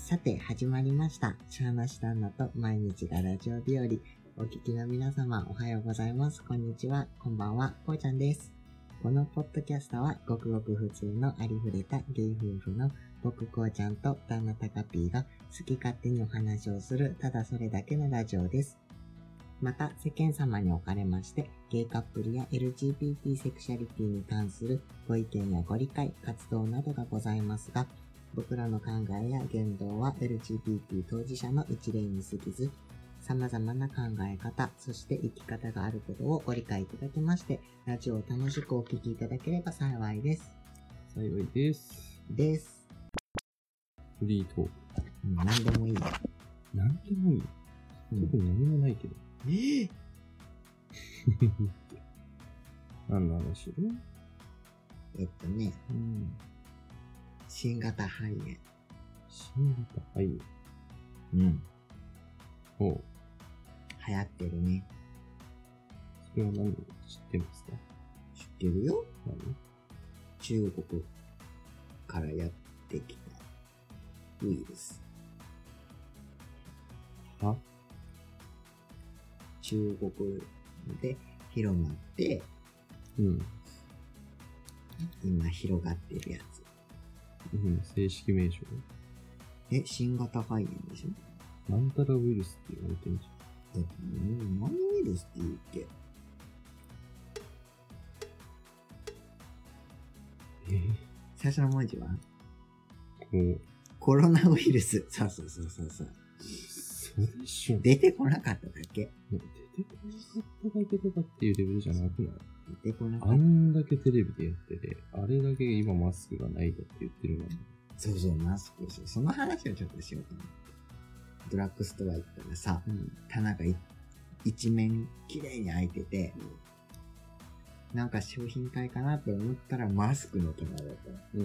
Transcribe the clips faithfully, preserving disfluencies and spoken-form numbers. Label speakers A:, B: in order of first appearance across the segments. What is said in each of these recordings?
A: さて始まりました。シャーナシタンナと毎日がラジオ日和。お聞きの皆様おはようございます。こんにちは。こんばんは。こうちゃんです。このポッドキャストはごくごく普通のありふれたゲイ夫婦の僕こうちゃんと旦那たかぴーが好き勝手にお話をするただそれだけのラジオです。また世間様におかれましてゲイカップルや エルジービーティー セクシャリティに関するご意見やご理解、活動などがございますが、僕らの考えや言動は エルジービーティー 当事者の一例に過ぎず、様々な考え方、そして生き方があることをご理解いただきまして、ラジオを楽しくお聞きいただければ幸いです。
B: 幸いです。
A: です。
B: フリートーク。
A: うん、何でもいいよ。
B: 何でもいい、うん、特に何もないけど。えぇ、何の話？
A: えっとね、うん、新型肺炎。
B: 新型肺炎。
A: うん。
B: ほう。
A: 流行ってるね。
B: それは何知ってますか？
A: 知ってるよ。
B: 何？
A: 中国からやってきたウイルス。
B: は？
A: 中国で広まって、
B: うん。
A: 今広がってるやつ。
B: うん、正式名称。
A: え、新型肺炎でしょ？
B: なんたらウイルスって言われてるじ
A: ゃん。だって、何ウイルスって言うっけ？
B: えー、
A: 最初の文字は？
B: こう。
A: コロナウイルス。そうそうそうそうそう。
B: そうでしょ。
A: 出てこなかっただけ。
B: 出てこなかっただけとかっていうレベルじゃなくない？
A: 出てこなかった。
B: あんだけテレビでやってて、あれだけ今マスクがないだって言ってるのに。
A: そうそう、マスク。その話をちょっとしようかな。ドラッグストア行ったらさ、うん、棚が一面綺麗に開いてて、うん、なんか商品会かなと思ったらマスクの棚だった。うん。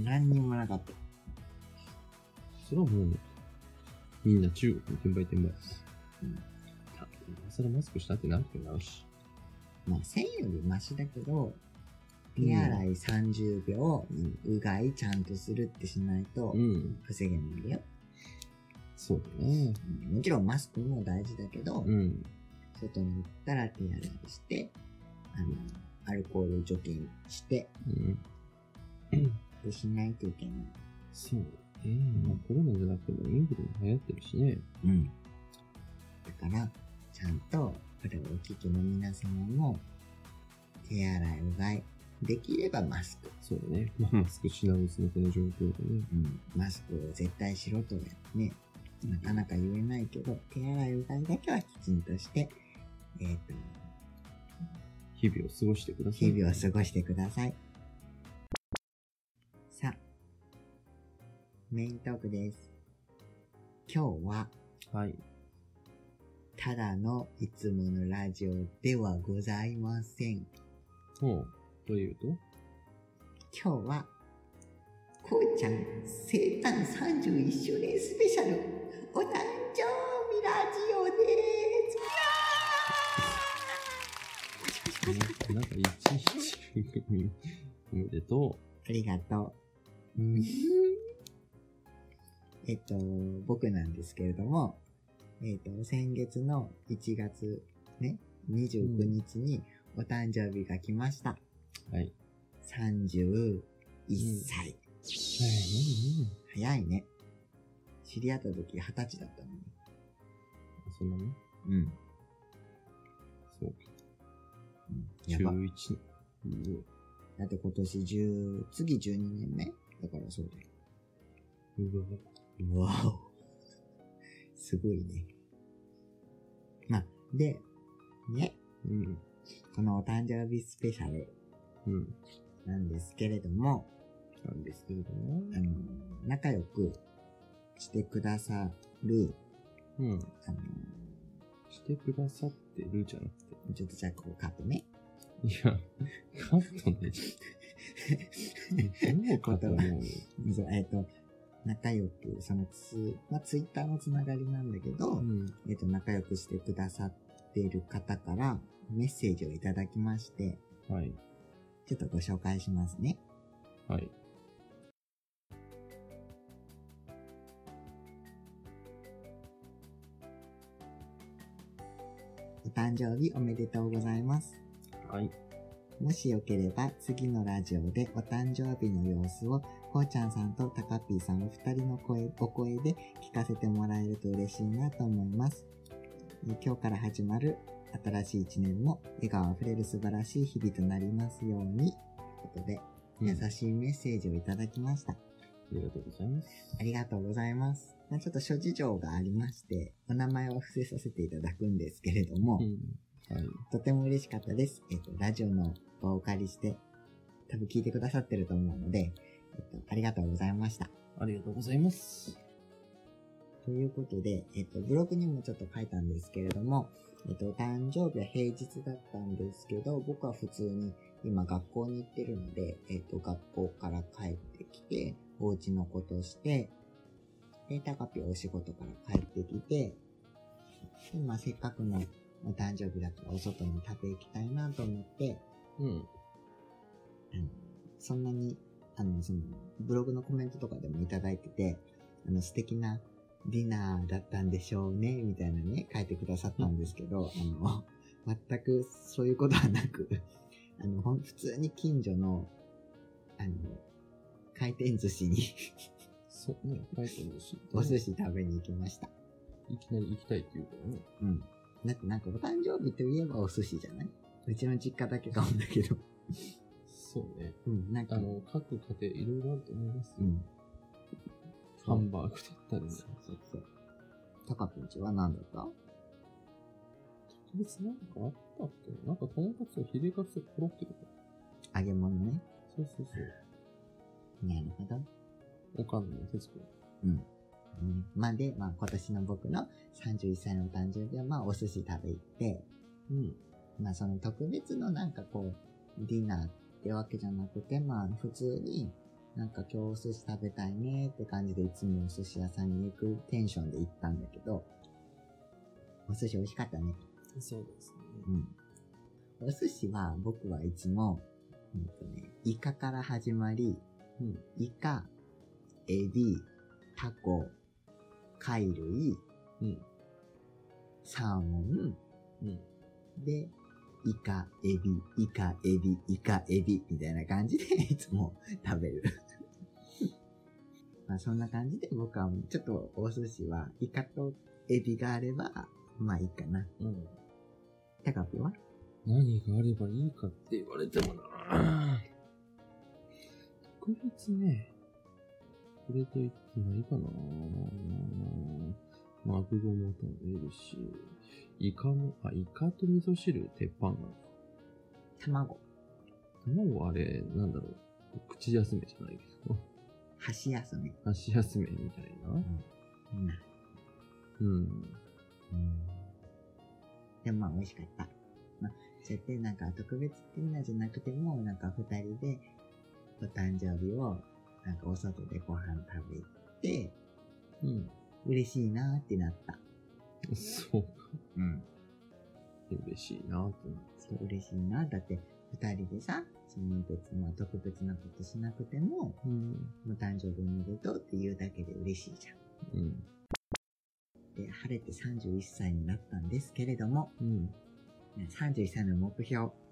A: 何にもなかった。
B: それはもう、みんな中国に転売転売。うん。それマスクしたってなくてなるし。
A: まあ、せんよりマシだけど、手洗いさんじゅうびょう、うがいちゃんとするってしないと、防げないよ。
B: そうだね。
A: もちろんマスクも大事だけど、うん、外に行ったら手洗いして、あの、アルコール除菌して、うん、でしないといけない。
B: そうだね。まあ、コロナじゃなくてもインフルも流行ってるしね。
A: うん。だから、ちゃんと、これをお聞きの皆様も、手洗い、うがい、できればマスク。
B: そうだね。まあ、マスク品薄のこの状況でね。
A: うん。マスクを絶対しろとね、なかなか言えないけど、手洗い、うがいだけはきちんとして、えっと、
B: 日々を過ごしてください。
A: 日々を過ごしてください。さあ、メイントークです。今日は、
B: はい。
A: ただのいつものラジオではございません。
B: ほう。というと？
A: 今日は、こうちゃん生誕さんじゅういっしゅうねんスペシャルお誕生日ラジオで
B: ーす。なんか一日組おめでと
A: う。ありがとう。うん、えっと、僕なんですけれども、えっと、先月のいちがつね、にじゅうくにちにお誕生日が来ました。
B: はい。
A: さんじゅういっさい。うん、早いね。知り合った時はたちだったのに。
B: そんなに？
A: うん。
B: そうか。
A: うん。やば。
B: じゅういちねん。
A: だって今年じゅう、次じゅうにねんめだからそうだよ。うわ。うわお。すごいね。まあ、で、ね。
B: うん。
A: このお誕生日スペシャル。うん。なんですけれども。
B: なんですけれども。
A: あの、仲良くしてくださる。
B: うん。あの、してくださってるじゃなくて。
A: ちょっとじゃあここカットね。
B: いや、カットね。どうカットも
A: う。えっと、仲良く、そのつ、まあ、ツイッターのつながりなんだけど、うん、えっと、仲良くしてくださっている方からメッセージをいただきまして、
B: はい。
A: ちょっとご紹介しますね。
B: はい。
A: 誕生日おめでとうございます。
B: はい。
A: もしよければ次のラジオでお誕生日の様子をこうちゃんさんとたかぴーさんお二人の声お声で聞かせてもらえると嬉しいなと思います。今日から始まる新しい一年も笑顔あふれる素晴らしい日々となりますようにということで、
B: うん、
A: 優しいメッセージをいただきました。
B: ありがとうございます。
A: ありがとうございます。まあ、ちょっと諸事情がありましてお名前は伏せさせていただくんですけれども、
B: うん、はい、
A: とても嬉しかったです。えっと、ラジオの場をお借りして多分聞いてくださってると思うので、えっと、ありがとうございました。
B: ありがとうございます。
A: ということで、えっと、ブログにもちょっと書いたんですけれども、えっと、お誕生日は平日だったんですけど、僕は普通に今学校に行ってるので、えっと、学校から帰ってきて、お家のことをして、で、たかぴお仕事から帰ってきて、で、まあ、せっかくのお誕生日だからお外に食べ行きたいなと思って、
B: うん。
A: あの、そんなに、あの、その、ブログのコメントとかでもいただいてて、あの、素敵なディナーだったんでしょうね、みたいなね、書いてくださったんですけど、うん、あの、全くそういうことはなく、あの、ほん、普通に近所の、あの、回転寿司に
B: そうね、回転寿司、ね。
A: お寿司食べに行きました。
B: いきなり行きたいって言うからね。
A: うん。だってなんかお誕生日といえばお寿司じゃない？うちの実家だけかもだけど。
B: そうね。
A: うん、なんか。
B: あの、各家庭いろいろあると思いますよ。
A: うん。
B: ハンバーグだったりね。
A: そうそうそう。たかぴんちは何だった？
B: 特別なんかあったっけ？なんかとんかつとヒレカツとコロッケとか。
A: 揚げ物ね。
B: そうそうそう。
A: なるほど。
B: おかんの徹子。
A: うん。うん、まあで、まあ今年の僕のさんじゅういっさいのお誕生日はまあお寿司食べ行って、
B: うん。
A: まあその特別のなんかこう、ディナーってわけじゃなくて、まあ普通になんか今日お寿司食べたいねって感じでいつもお寿司屋さんに行くテンションで行ったんだけど、お寿司美味しかったね。
B: そうですね。
A: うん。お寿司は僕はいつも、うんとね、イカから始まり、
B: うん、
A: イカ、エビ、タコ、貝類、
B: うん、
A: サーモン、
B: うん、
A: で、イカ、エビ、イカ、エビ、イカ、エビ、みたいな感じでいつも食べる。まあそんな感じで僕はちょっとお寿司はイカとエビがあれば、まあいいかな。
B: うん。
A: たかぴは？
B: 何があればいいかって言われてもな。特別ね。これと言ってないかな。マグロも食べるし、イカも、あ、イカと味噌汁、鉄板が。
A: 卵。
B: 卵あれ、なんだろう。口休めじゃないけど。
A: 箸休め。
B: 箸休めみたいな。
A: うん。
B: うん。うん。
A: でもまあ美味しかった。まあ、そうやってなんか特別ってみんなじゃなくても、なんか二人でお誕生日をなんかお外でご飯食べ行って、
B: うん。
A: 嬉しいなーってなった。
B: そうか。
A: うん。
B: 嬉しいなーってなった。
A: そう、嬉しいな。だって、二人でさ、その別に特別なことしなくても、うん、お誕生日おめでとうって言うだけで嬉しいじゃん。うん。で、晴れてさんじゅういっさいになったんですけれども、うん。さんじゅういっさいの目標。はい。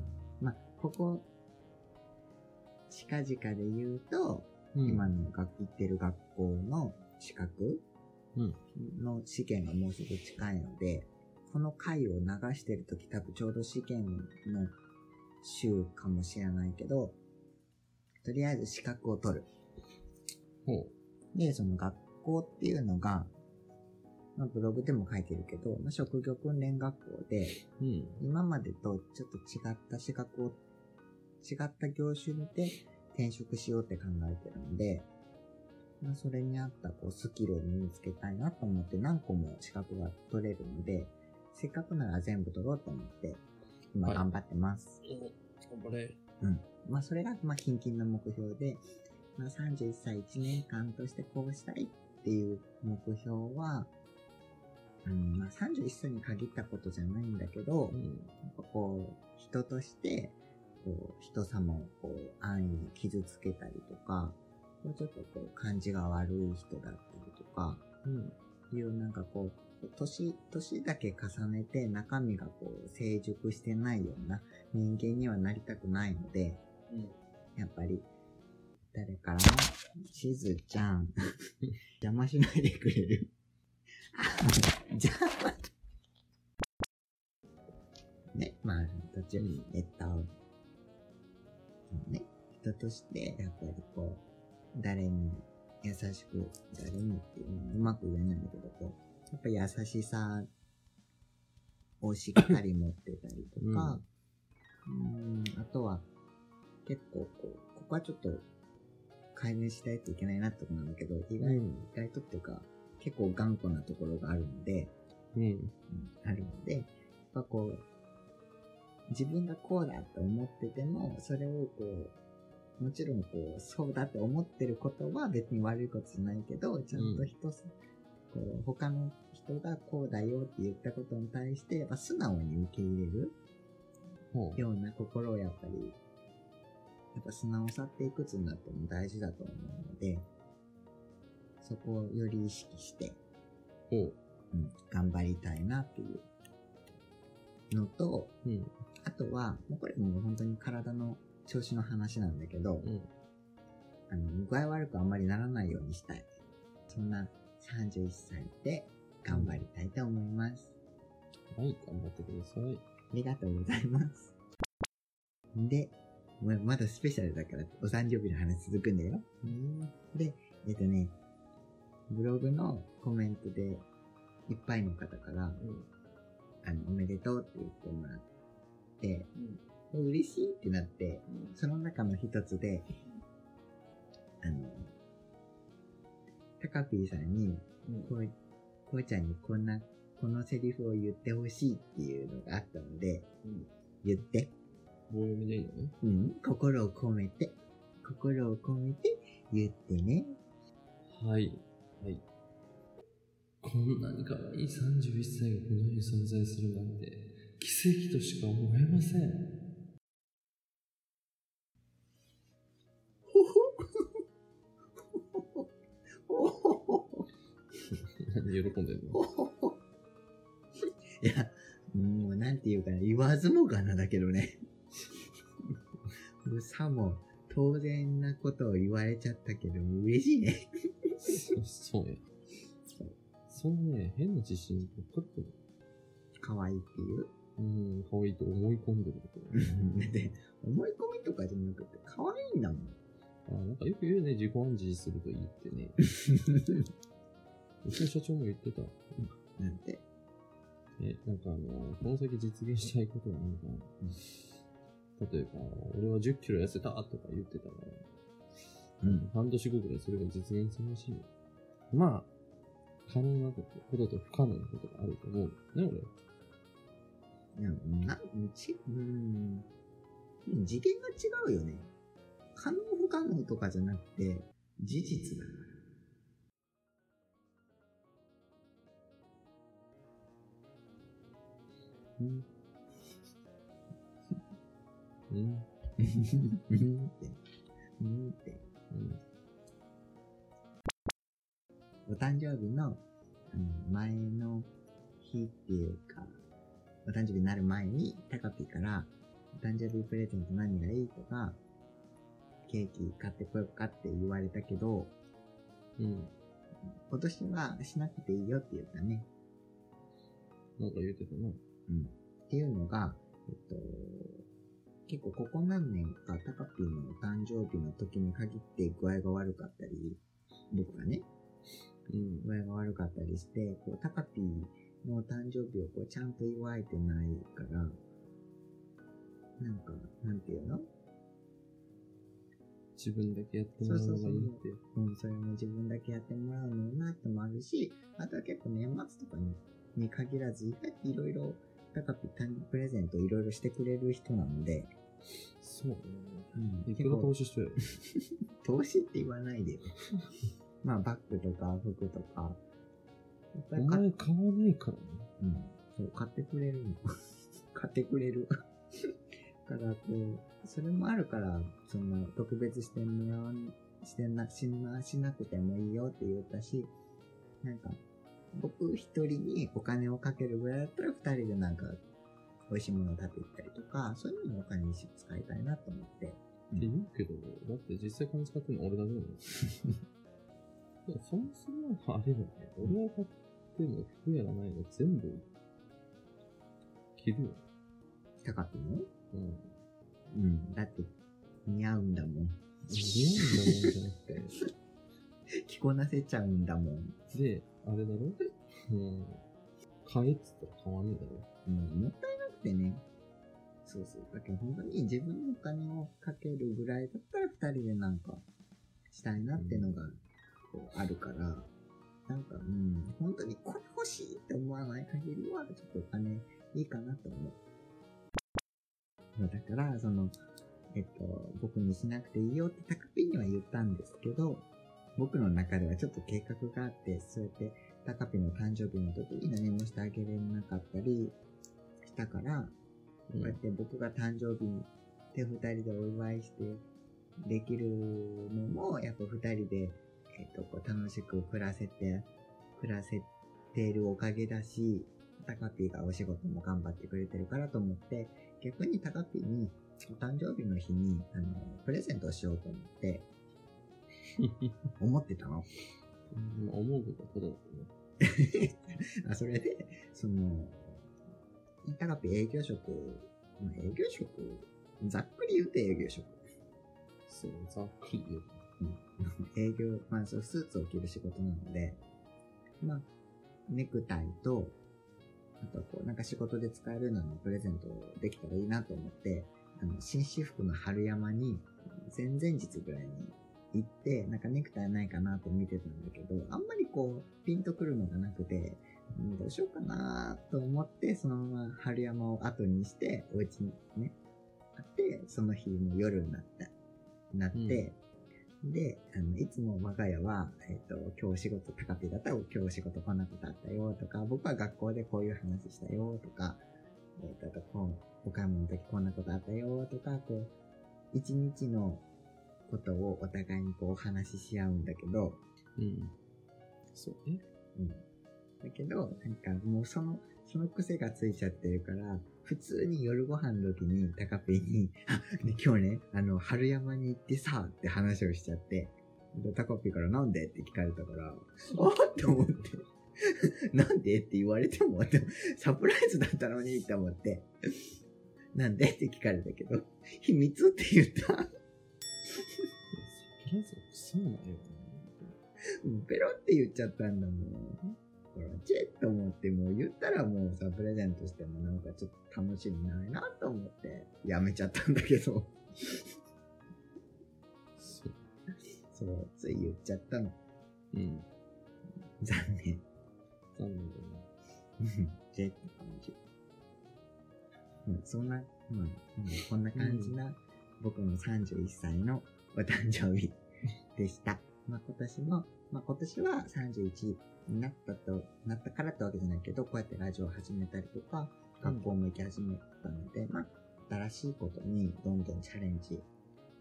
A: まあ、ここ、近々で言うと、うん、今の学行ってる学校の資格の試験がもうすぐ近いので、この回を流してるとき多分ちょうど試験の週かもしれないけど、とりあえず資格を取る。ほう。で、その学校っていうのが、まあ、ブログでも書いてるけど、まあ、職業訓練学校で、うん、今までとちょっと違った資格を、違った業種で転職しようって考えてるので、まあ、それに合ったこうスキルを身につけたいなと思って何個も資格が取れるので、せっかくなら全部取ろうと思って、今頑張ってます。
B: はい、頑張れ。
A: うん。まあそれが、まあ近々の目標で、まあさんじゅういっさいいちねんかんとしてこうしたいっていう目標は、うん、まあさんじゅういっさいに限ったことじゃないんだけど、うん、なんかこう、人として、こう、人様をこう、安易に傷つけたりとか、こうちょっとこう、感じが悪い人だったりとか、うん、いうなんかこう、 年、年だけ重ねて中身がこう成熟してないような人間にはなりたくないので、
B: うん。
A: やっぱり誰からも、しずちゃん、邪魔しないでくれるじゃあ、ね、まあ、途中、うん、えっと、ね、人として、やっぱりこう、誰に優しく、誰にっていうのはうまく言えないんだけど、こう、やっぱり優しさをしっかり持ってたりとか、うん、あとは、結構こう、ここはちょっと改善しないといけないなってとこなんだけど、意外、うん、意外とっていうか、結構頑固なところがあるので、
B: うん、うん、
A: あるので、やっぱこう、自分がこうだって思ってても、それをこう、もちろんこう、そうだって思ってることは別に悪いことじゃないけど、ちゃんと人、うん、こう他の人がこうだよって言ったことに対して、やっぱ素直に受け入れるような心をやっぱり、やっぱ素直さっていくつになっても大事だと思うので、そこをより意識して、うん、頑張りたいなっていうのと、うん、あとは、もうこれも本当に体の調子の話なんだけど、うん、あの具合悪くあんまりならないようにしたい。そんなさんじゅういっさいで頑張りたいと思います。
B: はい、頑張ってください。
A: ありがとうございます。で、まだスペシャルだからお誕生日の話続くんだよ。で、えっとね、ブログのコメントでいっぱいの方から、うん、あのおめでとうって言ってもらって、うん、嬉しいってなって、うん、その中の一つで、あの、タカピーさんに、うん、こう、こうちゃんにこんな、このセリフを言ってほしいっていうのがあったので、うん、言って。
B: 棒読みでいいのね。
A: うん、心を込めて、心を込めて言ってね。
B: はい、はい。こんなに可愛いさんじゅういっさいがこの世に存在するなんて、奇跡としか思えません。何喜んでんの？
A: いや、もうなんていうかな、言わずもがなだけどね。さも当然なことを言われちゃったけど、嬉しいね。
B: そうや。そんなね、変な自信ばっかりだよ。
A: 可愛いっていう
B: うん、可愛いと思い込んでること。
A: で、思い込みとかじゃなくて、可愛いんだもん。
B: あ、なんかよく言うね、自己暗示するといいってね。うちの社長も言ってた。
A: なんて
B: え、なんかあの、この先実現したいことはなんか、うん、例えば、俺はじゅっキロ痩せたとか言ってたから、うん、半年後くらいそれが実現するらしいよ。まあ、可能なことと不可能なことがあると思うね、俺。
A: いや、な、ち、うん、次元が違うよね。可能不可能とかじゃなくて、事実だから。うん。うん。うんって。うんって。うん。お誕生日の、あの、前の日っていうか、お誕生日になる前に、タカピから、お誕生日プレゼント何がいいとか、ケーキ買ってこようかって言われたけど、うん。今年はしなくていいよって言ったね。
B: なんか言ってたな。うん。
A: っていうのが、えっと、結構ここ何年かタカピーのお誕生日の時に限って具合が悪かったり、僕がね、うん、具合が悪かったりして、こうタカピーのお誕生日をこうちゃんと祝えてないから、なんか、なんていうの？
B: 自分だけやってもらうのがいいって。
A: うん、それも自分だけやってもらうのなってもあるし、あとは結構年末とかに、に限らず、意外といろいろ、タカピー誕生日プレゼントいろいろしてくれる人なので、
B: そうね。うん。いくら投資してる
A: 投資って言わないでよ。まあ、バッグとか服とか。
B: お前買わねえからね。
A: うん。そう、買ってくれるの。買ってくれる。から、こう、それもあるから、その、特別してもらわん、してな、しな、しなくてもいいよって言ったし、なんか、 僕一人にお金をかけるぐらいだったら二人でなんか美味しいものを食べ行ったりとか、そういうのにお金に使いたいなと思って。
B: って言うけど、だって実際金使ってるの俺だけだもん。いや、そもそもあれだね。俺が買っても服やらないの全部着るよ。
A: 高かったの？
B: うん。
A: うん。だって似合うんだもん。
B: 似合うんだもんじゃなくて。
A: 着こなせちゃうんだもん。
B: で、あれだろ？うん。買えっつったら買わねえだろ。
A: うん、もったいなくてね。そうそう。だけど本当に自分のお金をかけるぐらいだったら二人でなんかしたいなってのがこうあるから、なんか、うん、本当にこれ欲しいって思わない限りは、ちょっとお金いいかなと思う。だから、その、えっと、僕にしなくていいよってタカピーには言ったんですけど、僕の中ではちょっと計画があって、そうやってタカピーの誕生日の時に何もしてあげれなかったりしたから、こうやって僕が誕生日で二人でお祝いしてできるのも、やっぱ二人で、えっと、こう楽しく暮らせて、暮らせているおかげだし、タカピーがお仕事も頑張ってくれてるからと思って、逆にタカピーにお誕生日の日に、あの、プレゼントをしようと思って、思ってたの。
B: うん、思うことはただだね。
A: あ、それで、その、タカピー営業職、まあ、営業職、ざっくり言うと営業職。
B: そう、ざっくり言う。
A: うん、営業、まあ、そうスーツを着る仕事なので、まあ、ネクタイと、あとこう、なんか仕事で使えるようなのをプレゼントできたらいいなと思って、あの、紳士服の春山に、前々日ぐらいに行って、なんかネクタイないかなって見てたんだけど、あんまりこう、ピンとくるのがなくて、どうしようかなと思って、そのまま春山を後にして、お家にね、あって、その日も夜になった、なって、うん、で、あの、いつも我が家は、えっと、今日仕事高ピーだったら、今日仕事こんなことあったよとか、僕は学校でこういう話したよとか、えっと、あとこう、お買い物の時こんなことあったよとか、こう、一日のことをお互いにこうお話しし合うんだけど、
B: うん。そうね。
A: うん。だけど、なんかもうその、その癖がついちゃってるから、普通に夜ご飯の時にタカピーに、あ、ね、今日ね、あの、春山に行ってさ、って話をしちゃって、タカピーからなんでって聞かれたから、あって思って、なんでって言われても、サプライズだったのにって思って、なんでって聞かれたけど、秘密って言った。
B: サプライズがそうなんよね。
A: ペロって言っちゃったんだもん。これチェッと思って、もう言ったらもうさ、プレゼントしてもなんかちょっと楽しみないなと思って、やめちゃったんだけど。そう。そう、つい言っちゃったの。
B: うん。
A: 残念。
B: 残念だ
A: ね。チェッって感じ。まあ、そんな、まあ、まあ、こんな感じな、僕のさんじゅういっさいのお誕生日でした。まあ今年も、まあ今年はさんじゅういちになったと、なったからってわけじゃないけど、こうやってラジオを始めたりとか、学校も行き始めたので、うん、まあ新しいことにどんどんチャレンジ、うん、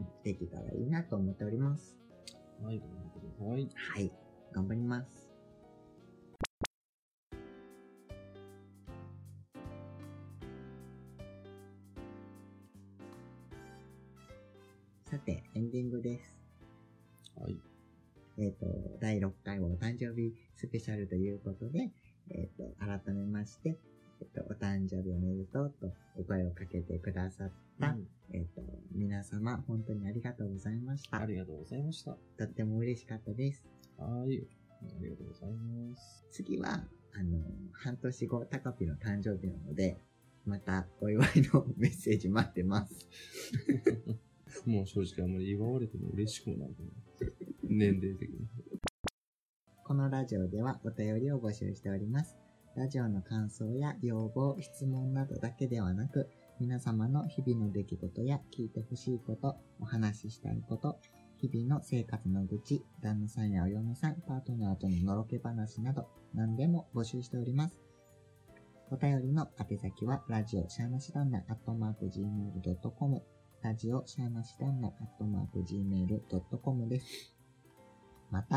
A: できたらいいなと思っております。
B: はい、頑張ってください。
A: はい、頑張ります。さて、エンディングです。
B: はい。
A: えっと、だいろっかいはお誕生日スペシャルということで、えっと、改めまして、えっと、お誕生日おめでとうとお声をかけてくださった、うん、えっと、皆様、本当にありがとうございました。
B: ありがとうございました。
A: とっても嬉しかったです。
B: はい。ありがとうございます。
A: 次は、あの、半年後、タカピの誕生日なので、またお祝いのメッセージ待ってます。
B: もう正直あんまり祝われても嬉しくもないと思う。年齢的に。
A: このラジオではお便りを募集しております。ラジオの感想や要望、質問などだけではなく、皆様の日々の出来事や聞いてほしいこと、お話ししたいこと、日々の生活の愚痴、旦那さんやお嫁さん、パートナーとののろけ話など、何でも募集しております。お便りの宛先は、ラジオシャーナシダンナアットマークジーメールドットコム、ラジオシャーナシダンナアットマークジーメールドットコムです。また、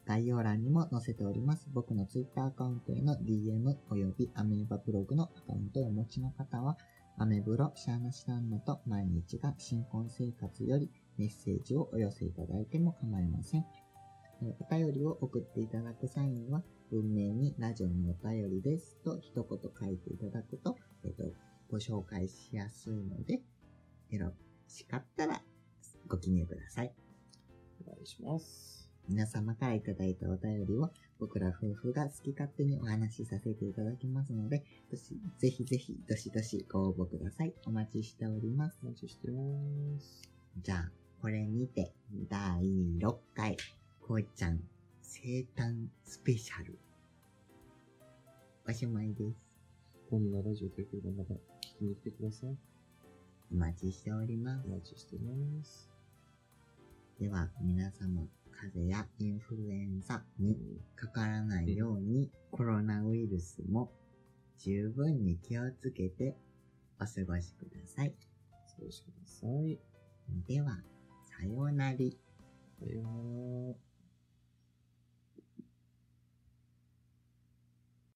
A: 概要欄にも載せております僕の Twitter アカウントへの ディーエム およびアメーバブログのアカウントをお持ちの方は、アメブロシャーナシタンナと毎日が新婚生活よりメッセージをお寄せいただいても構いません。お便りを送っていただく際には、文面にラジオのお便りですと一言書いていただくと、えっと、ご紹介しやすいので、よろしかったらご記入ください。
B: お願いします。
A: 皆様からいただいたお便りを僕ら夫婦が好き勝手にお話しさせていただきますので、ぜひぜひどしどしご応募ください。お待ちしております。
B: お待ちしてます。
A: じゃあ、これにてだいろっかいこうちゃん生誕スペシャルおしまいです。
B: こんなラジオということでまた聞きに来てください。
A: お待ちしております。
B: お待ちしてます。
A: では皆様、風邪やインフルエンザにかからないように、コロナウイルスも十分に気をつけてお過ごしください。
B: お過ごしください。
A: では、さようなり。
B: さようなら。